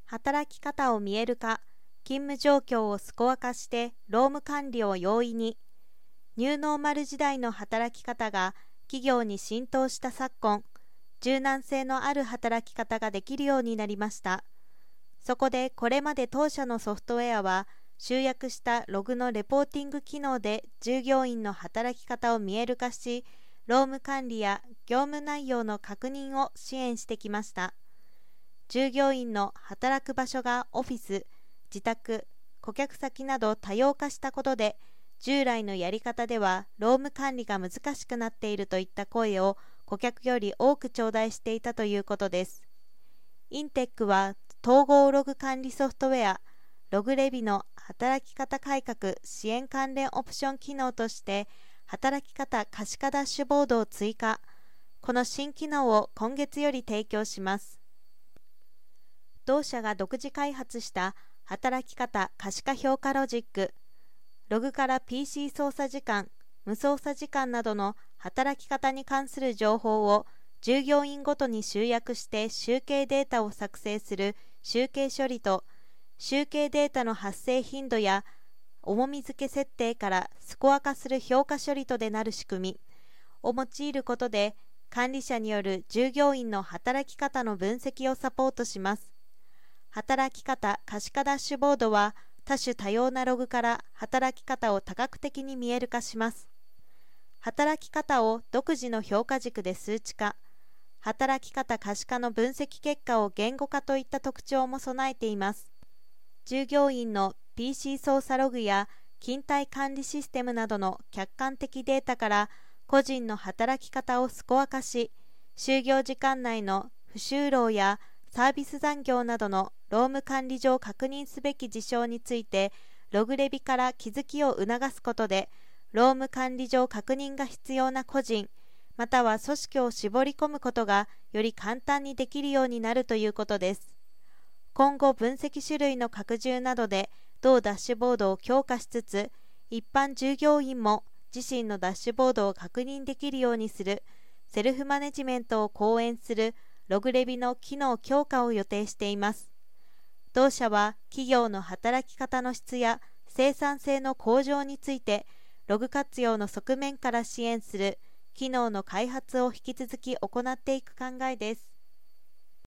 働き方を見える化、勤務状況をスコア化して労務管理を容易に。ニューノーマル時代の働き方が企業に浸透した昨今、柔軟性のある働き方ができるようになりました。そこでこれまで当社のソフトウェアは、集約したログのレポーティング機能で従業員の働き方を見える化し、労務管理や業務内容の確認を支援してきました。従業員の働く場所がオフィス、自宅、顧客先など多様化したことで、従来のやり方では労務管理が難しくなっているといった声を顧客より多く頂戴していたということです。インテックは統合ログ管理ソフトウェア、ログレビの働き方改革支援関連オプション機能として、働き方可視化ダッシュボードを追加。この新機能を今月より提供します。同社が独自開発した働き方可視化評価ロジック、ログから PC 操作時間、無操作時間などの働き方に関する情報を従業員ごとに集約して集計データを作成する集計処理と、集計データの発生頻度や重み付け設定からスコア化する評価処理とでなる仕組みを用いることで、管理者による従業員の働き方の分析をサポートします。働き方可視化ダッシュボードは、多種多様なログから働き方を多角的に見える化します。働き方を独自の評価軸で数値化、働き方可視化の分析結果を言語化といった特徴も備えています。従業員の PC 操作ログや勤怠管理システムなどの客観的データから個人の働き方をスコア化し、就業時間内の不就労やサービス残業などの労務管理上確認すべき事象についてログレビから気づきを促すことで、労務管理上確認が必要な個人または組織を絞り込むことがより簡単にできるようになるということです。今後分析種類の拡充などで同ダッシュボードを強化しつつ、一般従業員も自身のダッシュボードを確認できるようにするセルフマネジメントを講演するログレビの機能強化を予定しています。同社は企業の働き方の質や生産性の向上についてログ活用の側面から支援する機能の開発を引き続き行っていく考えです。